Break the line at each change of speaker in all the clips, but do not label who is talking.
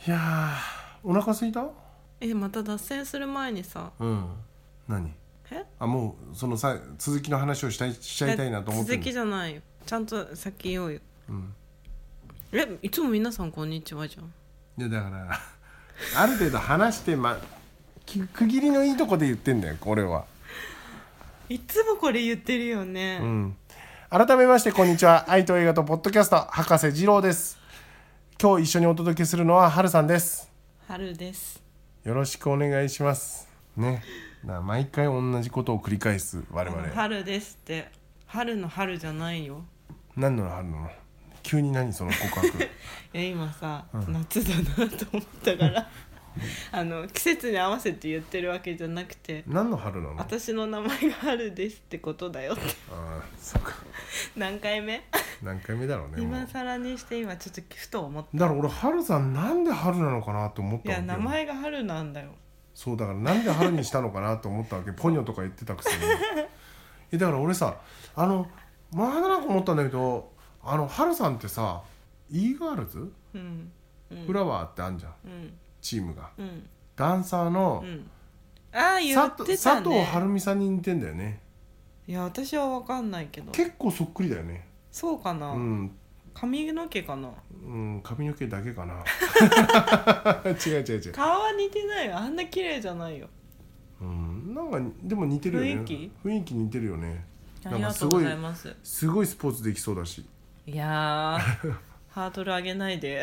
いやーお腹空いた？
また脱線する前にさ、
何？もうそのさ続きの話をしちゃいたいなと思ってる。
続きじゃないよ、ちゃんと先言おうよ。いつも皆さんこんにちはじゃん。
いやだからある程度話して、区切りのいいとこで言ってんだよこれは。
いつもこれ言ってるよね。
改めましてこんにちは。愛と映画とポッドキャスト博士二郎です。今日一緒にお届けするのは春さんです。
春です。
よろしくお願いしますね。毎回同じことを繰り返す我々。
春ですって春の春じゃないよ。
何の春なの？急に何その告白
今さ、夏だなと思ったから季節に合わせて言ってるわけじゃなくて、
何の春なの？
私の名前が春ですってことだよって
そうか
何回目
だろうね。
今更にして今ちょっとふと思った。
だから俺春さんなんで春なのかなと思ったわけよ。
いや名前が春なんだよ。
そうだからなんで春にしたのかなと思ったわけポニョとか言ってたくせにだから俺さ前なんか思ったんだけど春さんってさ e ガールズ、フラワーってあんじゃん、チームが、ダンサーの、
言ってたね、
佐藤晴美さんに似てんだよね。
いや私は分かんないけど
結構そっくりだよね。
そうかな、髪の毛かな、
髪の毛だけかな違う
顔は似てないよ。あんな綺麗じゃないよ。
なんかでも似てるよね。雰囲気似てるよね。
ありがとうございます。
すごいスポーツできそうだし。
いやハードル上げないで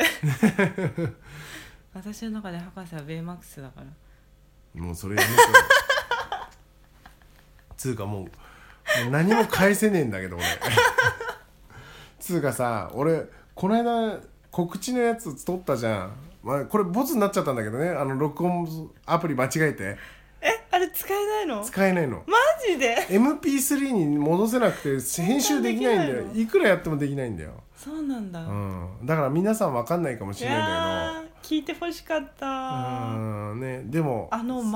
私の中で博士はベイマックスだから。
もうそれやめてつうかもう何も返せねえんだけど俺つうかさ俺この間告知のやつ撮ったじゃん、これボツになっちゃったんだけどね。録音アプリ間違えて
あれ使えないの？
使えないの。
マジで？
MP3 に戻せなくて編集できないんだよ。いくらやってもできないんだよ。
そうなんだ、
だから皆さん分かんないかもしれないんだけど、
聞いてほしかった。
ね、でも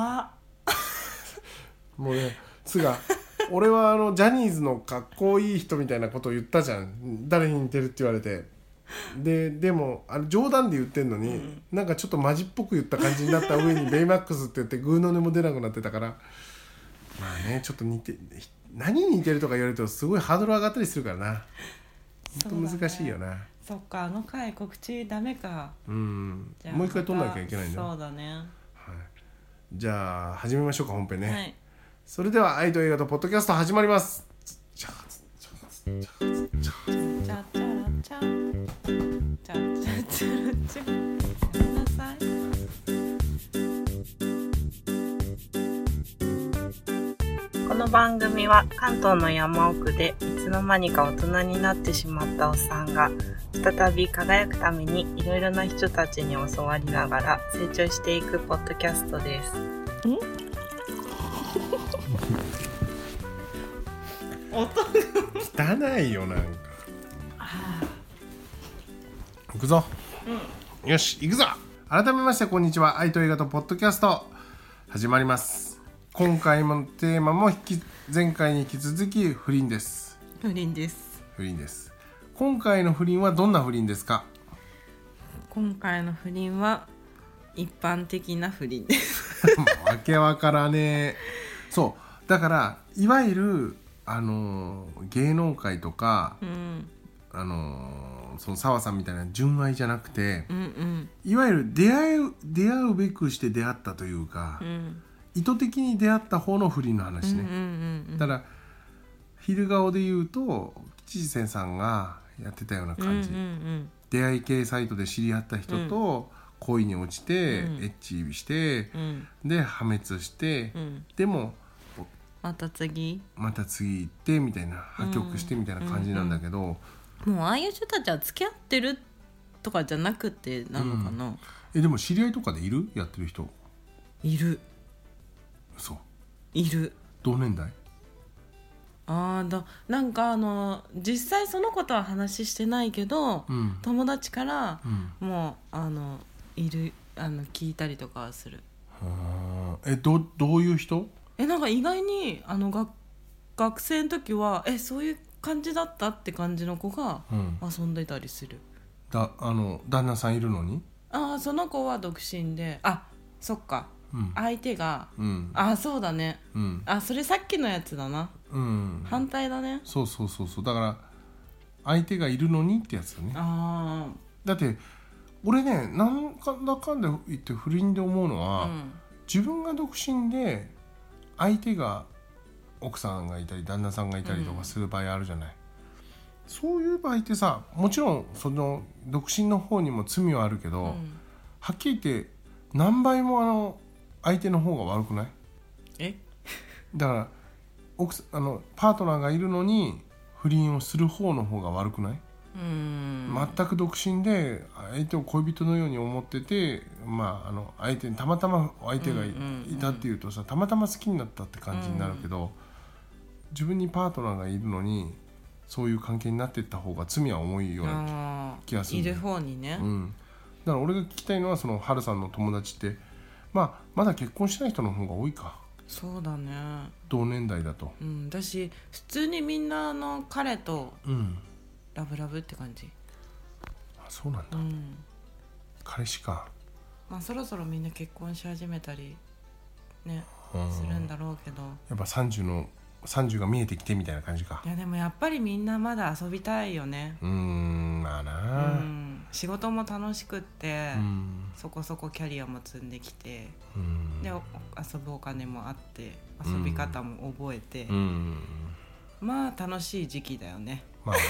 もうねつが俺はジャニーズのかっこいい人みたいなことを言ったじゃん。誰に似てるって言われて、でも冗談で言ってんのに、なんかちょっとマジっぽく言った感じになった上にベイマックスって言ってグーの音も出なくなってたから、ちょっと何に似てるとか言われるとすごいハードル上がったりするからな。本当難しいよな。
そっか回告知ダメか。じゃあ
もう一回撮んなきゃいけないんだよ。
そうだね、
じゃあ始めましょうか本編ね、それでは愛と映画とポッドキャスト始まります。
この番組は関東の山奥でいつの間にか大人になってしまったおっさんが再び輝くためにいろいろな人たちに教わりながら成長していくポッドキャストです。
音汚いよなんか。行くぞ、よし行くぞ。改めましてこんにちは。愛と映画とポッドキャスト始まります。今回のテーマも前回に引き続き不倫です。
不倫です。
今回の不倫はどんな不倫ですか？
今回の不倫は一般的な不倫です
わけわからねえ。そうだからいわゆる芸能界とか、その澤さんみたいな純愛じゃなくて、いわゆる出会うべくして出会ったというか、意図的に出会った方の不倫の話ね。だから昼顔で言うと吉瀬さんがやってたような感じ、出会い系サイトで知り合った人と恋に落ちて、エッチして、で破滅して、でもまた次行ってみたいな、破局してみたいな感じなんだけど、
もうああいう人たちは付き合ってるとかじゃなくてなのかな、
でも知り合いとかでいる？やってる人
いる。
そう
いる。
同年代？
なんか実際そのことは話してないけど、友達から、もういる聞いたりとかはする。
どういう人？
なんか意外に学生の時はそういう感じだったって感じの子が遊んでたりする。
旦那さんいるのに？
ああその子は独身で、あそっか、相手が、あそうだね、あそれさっきのやつだな、反対だね。
そうだから相手がいるのにってやつだね。だって俺ね、なんだかんだ言って不倫で思うのは、自分が独身で相手が奥さんがいたり旦那さんがいたりとかする場合あるじゃない、そういう場合ってさ、もちろんその独身の方にも罪はあるけど、はっきり言って何倍も相手の方が悪くない？だからパートナーがいるのに不倫をする方の方が悪くない？全く独身で相手を恋人のように思ってて、相手にたまたま相手がいたっていうとさ、たまたま好きになったって感じになるけど、自分にパートナーがいるのにそういう関係になっていった方が罪は重いような気がする。
いる方にね、
だから俺が聞きたいのは、その春さんの友達って、まだ結婚しない人の方が多いか。
そうだね、
同年代だと、
だし普通にみんな彼とラブラブって感じ。
そうなんだ、彼氏か。
そろそろみんな結婚し始めたりね、するんだろうけど、
やっぱ30が見えてきてみたいな感じか。
いやでもやっぱりみんなまだ遊びたいよね。
まあな、
仕事も楽しくって、そこそこキャリアも積んできて、で遊ぶお金もあって遊び方も覚えて、楽しい時期だよね。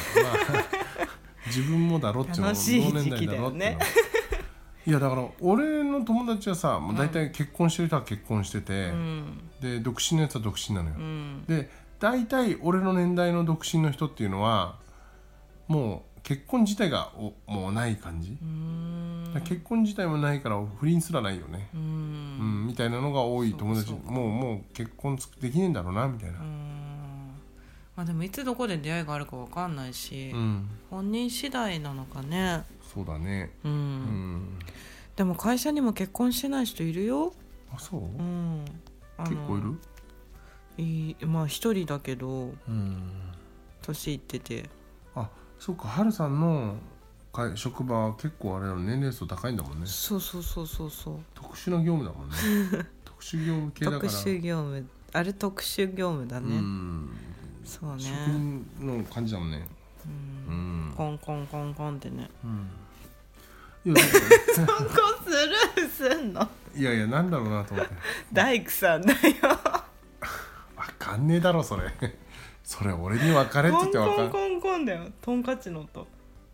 自分もだろっちゅうの、
楽しい時期だよね。
いやだから俺の友達はさ、もう大体結婚してる人は結婚してて、で独身のやつは独身なのよ、で大体俺の年代の独身の人っていうのはもう結婚自体がもうない感じ、結婚自体もないから不倫すらないよね、みたいなのが多い友達。もう結婚できねえんだろうなみたいな。
でもいつどこで出会いがあるか分かんないし、本人次第なのかね。
そうだね、
でも会社にも結婚してない人いるよ。
あ、そう、結構いる？
一人だけど、年いってて。
あ、そっか、春さんの職場は結構あれだ、年齢層高いんだもんね。そう特殊な業務だもんね。特殊業務系だから。
特殊業務、あれ特殊業務だね。そうね、
職人の感じだもんね。
コンコンコンコンってね。
いや
そこスルーすんの？
いやなんだろうなと思って。
大工さんだよ。
わかんねえだろそれ。それ俺に分かれって言って分かん。
コンコンコンだよ。トンカチの音。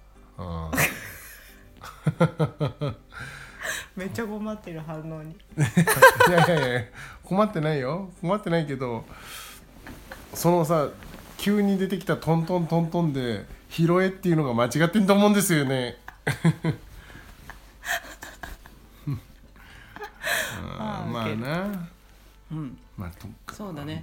めっちゃ困ってる反応に。
いや困ってないよ。困ってないけど、そのさ、急に出てきたトントントントンで拾えっていうのが間違ってんと思うんですよね。まあな、
そうだね、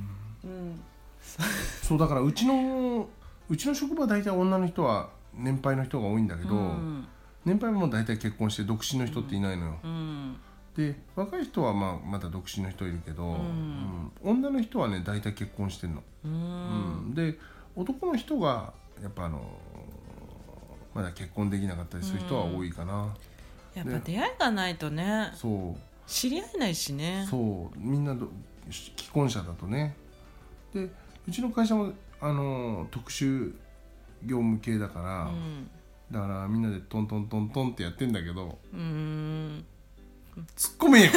そうだからうちの職場は大体女の人は年配の人が多いんだけど、年配も大体結婚して独身の人っていないのよ、で若い人はまだ独身の人いるけど、女の人はね大体結婚してんの、で男の人がやっぱまだ結婚できなかったりする人は多いかな、
やっぱ出会いがないとね、
そう
知り合えないしね。
そうみんな既婚者だとね。でうちの会社も特殊業務系だから、だからみんなでトントントントンってやってんだけど、突っ込めよ。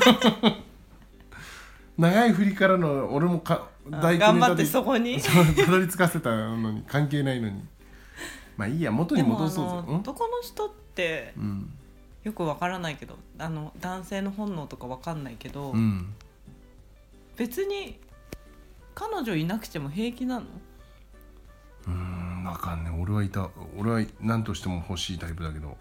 長い振りからの俺も大
頑張ってそこに
たどり着かせたのに関係ないのに、まあいいや、元に戻そうぜ。
男の人って、よくわからないけど、男性の本能とかわかんないけど、別に彼女いなくても平気なの？
わかんねえ。俺は何としても欲しいタイプだけど、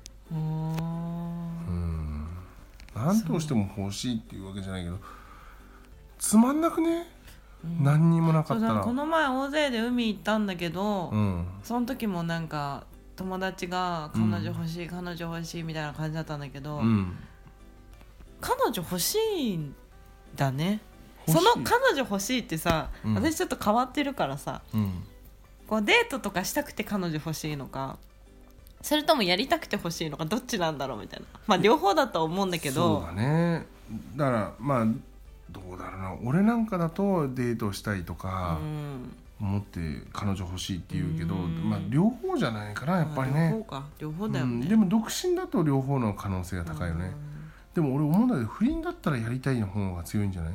何としても欲しいっていうわけじゃないけど、つまんなくね、何にもなかったら。
この前大勢で海行ったんだけど、その時もなんか友達が彼女欲しい、彼女欲しいみたいな感じだったんだけど、彼女欲しいんだね。その彼女欲しいってさ、私ちょっと変わってるからさ、こうデートとかしたくて彼女欲しいのか、 それともやりたくてほしいのかどっちなんだろうみたいな。まあ両方だと思うんだけど。
そうだね。だからまあどうだろうな、俺なんかだとデートしたいとか思って彼女欲しいって言うけど、まあ両方じゃないかなやっぱりね。
両方か、両方だよね。
でも独身だと両方の可能性が高いよね。でも俺思うんだけど不倫だったらやりたいの方が強いんじゃない？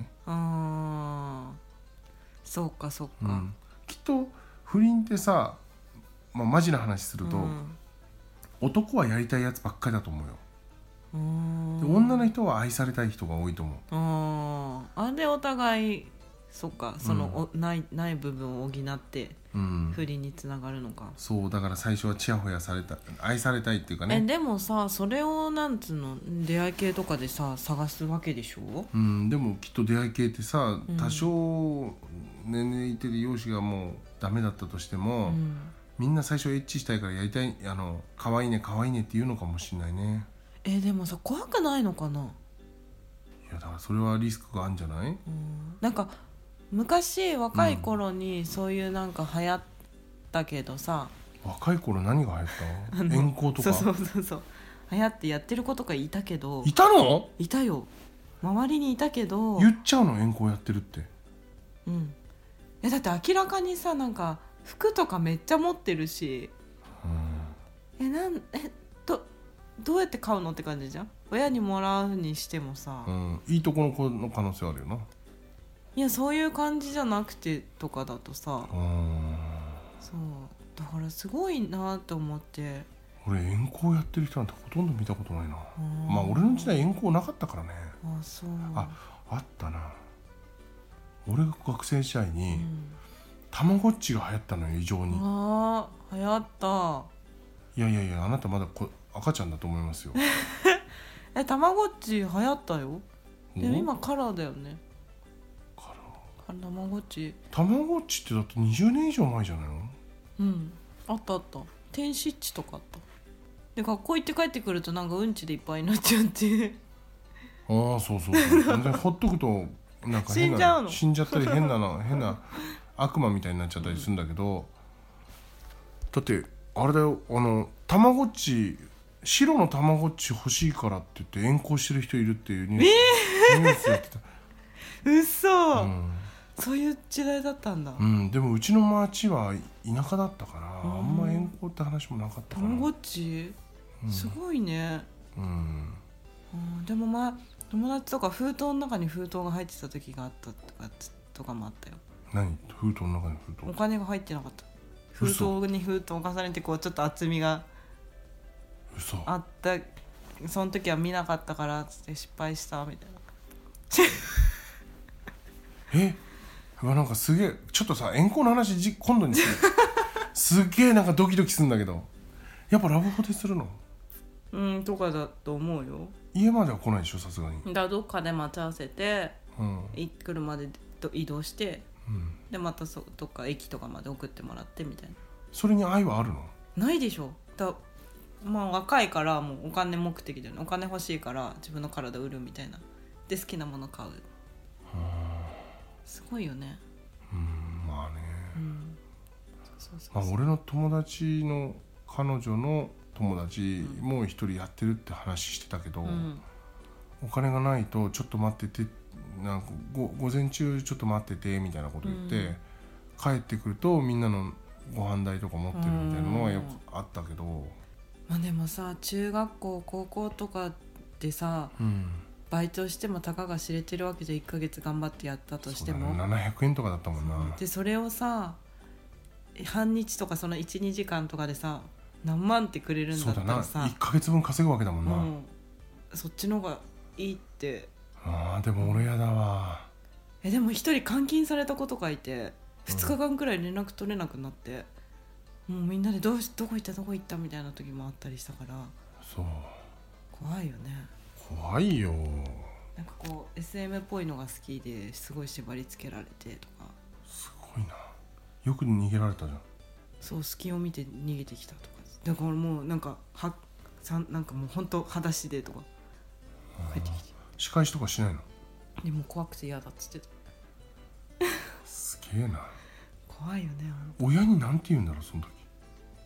そうかそうか、
きっと不倫ってさ、まあ、マジな話すると、男はやりたいやつばっかりだと思うよ。で女の人は愛されたい人が多いと思う。
あれお互いそっか、その、ない部分を補って不倫につながるのか。
そうだから最初はチヤホヤされた愛されたいっていうかね。
でもさそれをなんつうの出会い系とかでさ探すわけでしょ。
でもきっと出会い系ってさ多少年齢いってる容姿がもうダメだったとしても、みんな最初エッチしたいからやりたい、可愛いね可愛いねって言うのかもしれないね。
でもさ怖くないのかな。
いやだからそれはリスクがあるんじゃない？
なんか昔若い頃にそういうなんか流行ったけどさ、
若い頃何が流行った？遠行とか。
そう流行ってやってる子とかいたけど。
いたの？
いたよ、周りにいたけど。
言っちゃうの遠行やってるって。
だって明らかにさなんか服とかめっちゃ持ってるし、どうやって買うのって感じじゃん。親にもらうにしてもさ、
いいとこの子の可能性あるよな。
いやそういう感じじゃなくてとかだとさ、そうだからすごいなと思って。
俺遠行やってる人なんてほとんど見たことないな。まあ俺の時代遠行なかったからね。あったな。俺が学生時代に、たまごっちが流行ったのよ異常に。
流行った。
いやあなたまだ赤ちゃんだと思いますよ。
たまごっち流行ったよ。でも今カラーだよね。たまごっち
ってだって20年以上前じゃないの？
あった天使っちとかあった。で学校行って帰ってくるとなんかうんちでいっぱいになっちゃって。
そう全然ほっとくとなんか変な死んじゃったり変な悪魔みたいになっちゃったりするんだけど、だってあれだよ、たまごっち白のたまごっち欲しいからって言って遠行してる人いるっていうニュースやってた。
嘘、そういう時代だったんだ。
でもうちの町は田舎だったからあんま遠行って話もなかったから。
たまごっち、すごいね。でも友達とか封筒の中に封筒が入ってた時があったとかもあったよ。
何？封筒の中に封筒？
お金が入ってなかった。封筒に封筒を重ねてこうちょっと厚みがあった。その時は見なかったからつって失敗したみたいな。
なんかすげえちょっとさ遠行の話今度にすげえなんかドキドキするんだけど、やっぱラブホでするの？
とかだと思うよ。
家までは来ないでしょさすがに。
だからどっかで待ち合わせて、車で移動して、でまたどっか駅とかまで送ってもらってみたいな。
それに愛はあるの？ない
でしょ。若いからもうお金目的で、お金欲しいから自分の体売るみたいなで好きなもの買う。すごいよね。
まあね。俺の友達の彼女の友達も一人やってるって話してたけど、お金がないとちょっと待ってて、なんか午前中ちょっと待っててみたいなこと言って、帰ってくるとみんなのご飯代とか持ってるみたいなのはよくあったけど、
でもさ中学校高校とかでさ、バイトしてもたかが知れてるわけじゃ1ヶ月頑張ってやったとしても、
700円とかだったもんな。
でそれをさ半日とかその 1,2 時間とかでさ何万ってくれるんだったらさ、
1ヶ月分稼ぐわけだもんな。
そっちの方がいいって。
でも俺やだわ。
でも一人監禁された子とかいて2日間くらい連絡取れなくなって、もうみんなでどこ行ったみたいな時もあったりしたから。
そう
怖いよね。
怖いよ。
なんかこう SM っぽいのが好きですごい縛り付けられてとか。
すごいな。よく逃げられたじゃん。
そう隙を見て逃げてきたとか。だからもうなんかなんかもう本当裸足でとか帰ってきて。
仕返しとかしないの？
でも怖くて嫌だっつってた。
すげえな。
怖いよね。
親になんて言うんだろうその時。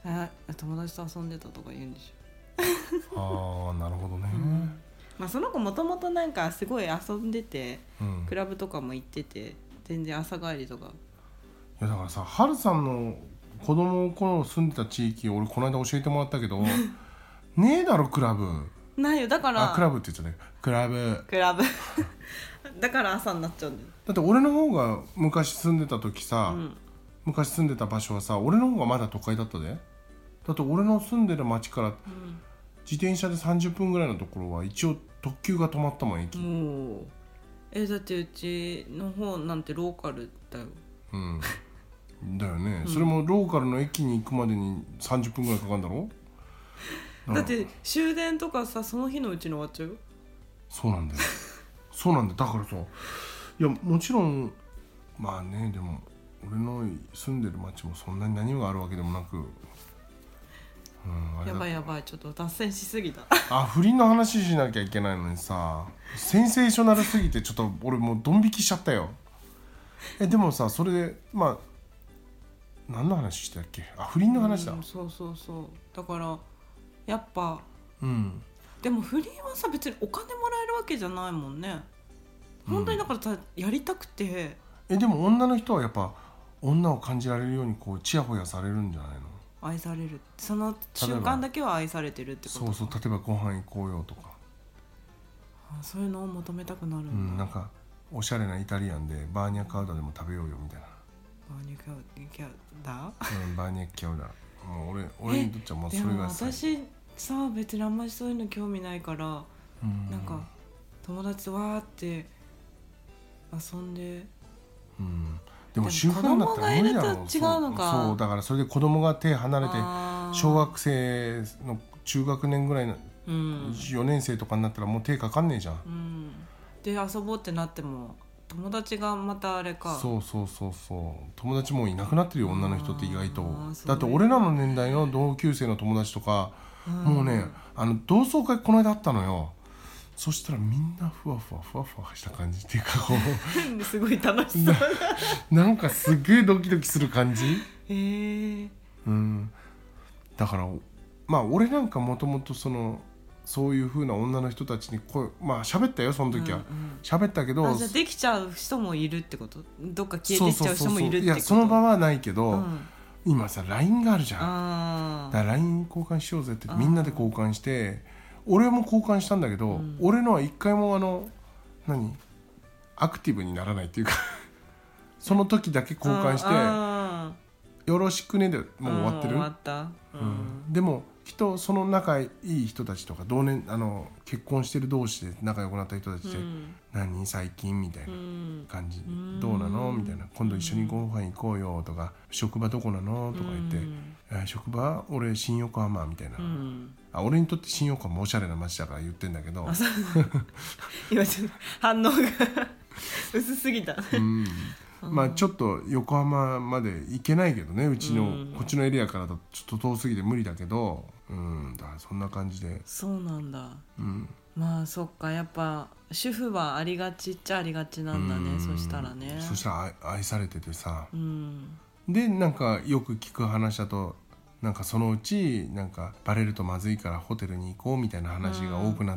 友達と遊んでたとか言うんでし
ょああなるほどね、
まあ、その子もともとなんかすごい遊んでて、
うん、
クラブとかも行ってて全然朝帰りとか。
いやだからさ、はるさんの子供の頃住んでた地域俺この間教えてもらったけどねえだろクラブ。
ないよ、だから
クラブって言っちゃったクラブ
だから朝になっちゃうんだよ。
だって俺の方が昔住んでた時さ、昔住んでた場所はさ俺の方がまだ都会だったで。だって俺の住んでる町から、自転車で30分ぐらいのところは一応特急が止まったもん駅。
だってうちの方なんてローカルだよ。
だよね、それもローカルの駅に行くまでに30分ぐらいかかるんだろ。
だって終電とかさその日のうちに終わっちゃうよ。
そうなんだよそうなんだよ。だからさ、いやもちろんまあね、でも俺の住んでる町もそんなに何があるわけでもなく、
やばいやばい、ちょっと脱線しすぎた
不倫の話しなきゃいけないのにさ、センセーショナルすぎてちょっと俺もうドン引きしちゃったよ。でもさ、それでまあ何の話してたっけ。不倫の話だ。
そうだからやっぱ、でも不倫はさ別にお金もらえるわけじゃないもんね。本当にだからさ、やりたくて。で
も女の人はやっぱ女を感じられるようにこうチヤホヤされるんじゃないの。
愛される、その瞬間だけは愛されてるってこと。
そう例えばご飯行こうよとか、
そういうのを求めたくなるんだ。
なんかおしゃれなイタリアンでバーニャカウダでも食べようよみたいな。
バーニャカウダ
バーニャカウダもう俺にとっちゃもうそれが
でも私さ別にあんまりそういうの興味ないから、なんか友達とわーって遊んで、でも主婦になったら無理だろう。そうだからそれで子供が手離れて小学生の中学年ぐらいの4年生とかになったらもう手かかんねえじゃん、で遊ぼうってなっても友達がまたあれか。
そう友達もいなくなってるよ女の人って意外と。だって俺らの年代の同級生の友達とか、もうね同窓会この間あったのよ。そしたらみんなふわふわした感じっていうかこ
うすごい楽しそう
なんかすげえドキドキする感じ。だからまあ俺なんかもともとそういう風な女の人たちにまあ喋ったよその時は、喋ったけど。
じゃあできちゃう人もいるってこと。どっか消えてっちゃう人もいるってこと。
いやその場はないけど、今さ LINE があるじゃん。だから LINE 交換しようぜってみんなで交換して、俺も交換したんだけど、俺のは一回もアクティブにならないっていうかその時だけ交換してよろしくねでもう終わってる。
終わった、
でもその仲いい人たちとか同年結婚してる同士で仲良くなった人たちで、何最近みたいな感じ、どうなのみたいな、今度一緒にご飯行こうよとか、職場どこなのとか言って、職場俺新横浜みたいな、俺にとって新横浜おしゃれな街だから言ってんだけど
今ちょっと反応が薄すぎた
まあちょっと横浜まで行けないけどね、うちのこっちのエリアからだとちょっと遠すぎて無理だけど、だからそんな感じで。
そうなんだ。まあそっか、やっぱ主婦はありがちっちゃありがちなんだね。そしたらね。
そしたら愛されててさ、でなんかよく聞く話だと、なんかそのうちなんかバレるとまずいからホテルに行こうみたいな話が多くなって、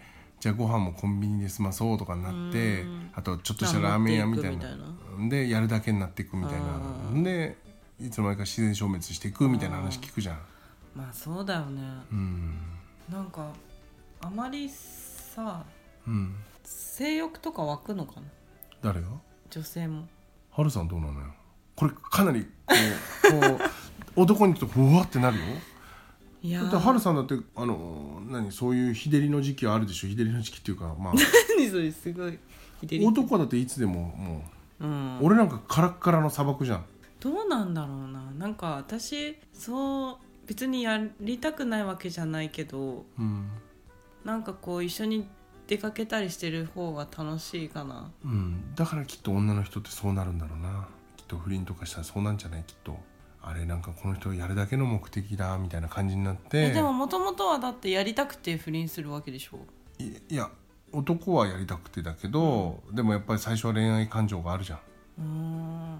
じゃあご飯もコンビニで済まそうとかになって、あとちょっとしたラーメン屋みたいなでやるだけになっていくみたいなで、いつの間にか自然消滅していくみたいな話聞くじゃん。
まあそうだよね。なんかあまりさ、性欲とか湧くのかな。誰が？女性も。
はるさんどうなのよ。これかなりこう男にとってふわってなるよ。いやだってはるさんだってそういう日照りの時期はあるでしょ。日照りの時期っていうかまあ
何それすごい日照り。
男はだっていつでももう、俺なんかカラッカラの砂漠じゃん。
どうなんだろうな。なんか私そう別にやりたくないわけじゃないけど、なんかこう一緒に出かけたりしてる方が楽しいかな。
だからきっと女の人ってそうなるんだろうな。きっと不倫とかしたらそうなんじゃない。きっとあれなんかこの人やるだけの目的だみたいな感じになって。
でももともとはだってやりたくて不倫するわけでしょ。
いや男はやりたくてだけど、でもやっぱり最初は恋愛感情があるじゃん。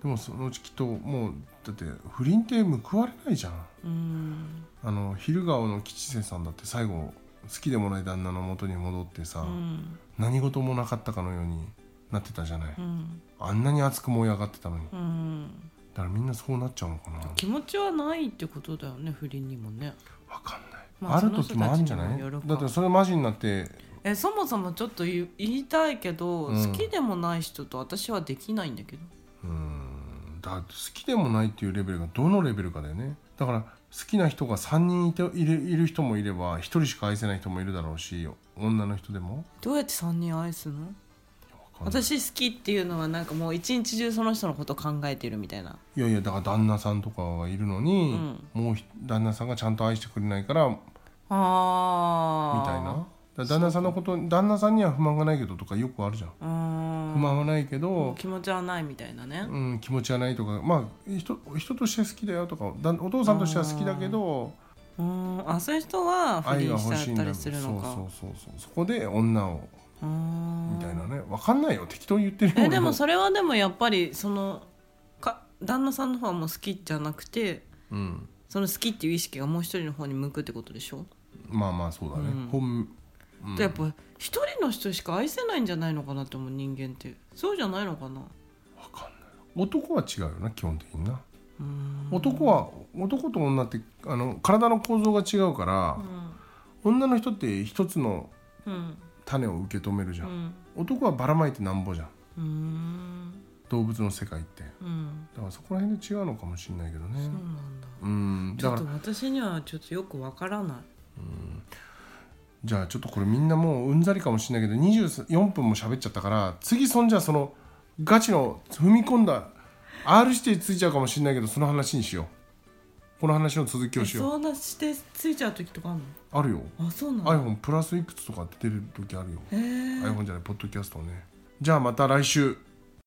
でもそのうちきっともうだって不倫って報われないじゃん。昼顔の吉瀬さんだって最後好きでもない旦那の元に戻ってさ、何事もなかったかのようになってたじゃない、あんなに熱く燃え上がってたのに、だからみんなそうなっちゃうのかな。
気持ちはないってことだよね、不倫にもね。
分かんない、ある時もあるんじゃない。だってそれマジになって
そもそもちょっと言いたいけど、好きでもない人と私はできないんだけど。
だって好きでもないっていうレベルがどのレベルかだよね。だから好きな人が3人いる人もいれば1人しか愛せない人もいるだろうし、女の人でも。
どうやって3人愛すの？私好きっていうのはなんかもう一日中その人のこと考えてるみたいな。
いやいや、だから旦那さんとかがいるのに、もう旦那さんがちゃんと愛してくれないからみたいな。旦那さんのこと、旦那さんには不満がないけどとかよくあるじゃん。不満はないけど
気持ちはないみたいなね。
気持ちはないとか、まあ 人として好きだよとか、お父さんとしては好きだけど、
そういう人は不倫しちゃったりするのか。
そこで女をみたいなね。分かんないよ、適当に言ってるよ。
でもそれはでもやっぱり旦那さんの方はもう好きじゃなくて、その好きっていう意識がもう一人の方に向くってことでしょ。ま
あそうだね、
やっぱ一人の人しか愛せないんじゃないのかなって思う、人間って。そうじゃないのかな。
分かんない。男は違うよな、基本的にな。男と女って体の構造が違うから、女の人って一つの種を受け止めるじゃん、男はばらまいてなんぼじゃん、動物の世界って、だからそこら辺で違うのかもしれないけどね。
そうなんだ。ちょっと私にはちょっとよくわからない。
じゃあちょっとこれみんなもううんざりかもしれないけど24分も喋っちゃったから、次そのガチの踏み込んだ R 指定ついちゃうかもしれないけど、その話にしよう。この話の続きをしよう。
そんなしてついちゃう時とかあるの？
あるよ。
そうなの？
iPhone プラスいくつとかって出る時あるよ。iPhone じゃない、ポッドキャストね。じゃあまた来週。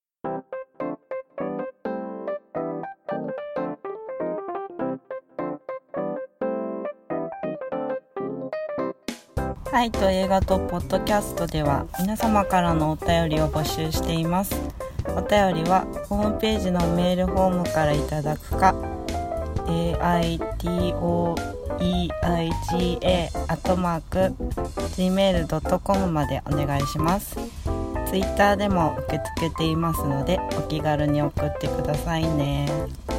はい、と映画とポッドキャストでは皆様からのお便りを募集しています。お便りはホームページのメールフォームからいただくか、aitoeiga@gmail.com までお願いします。ツイッターでも受け付けていますので、お気軽に送ってくださいね。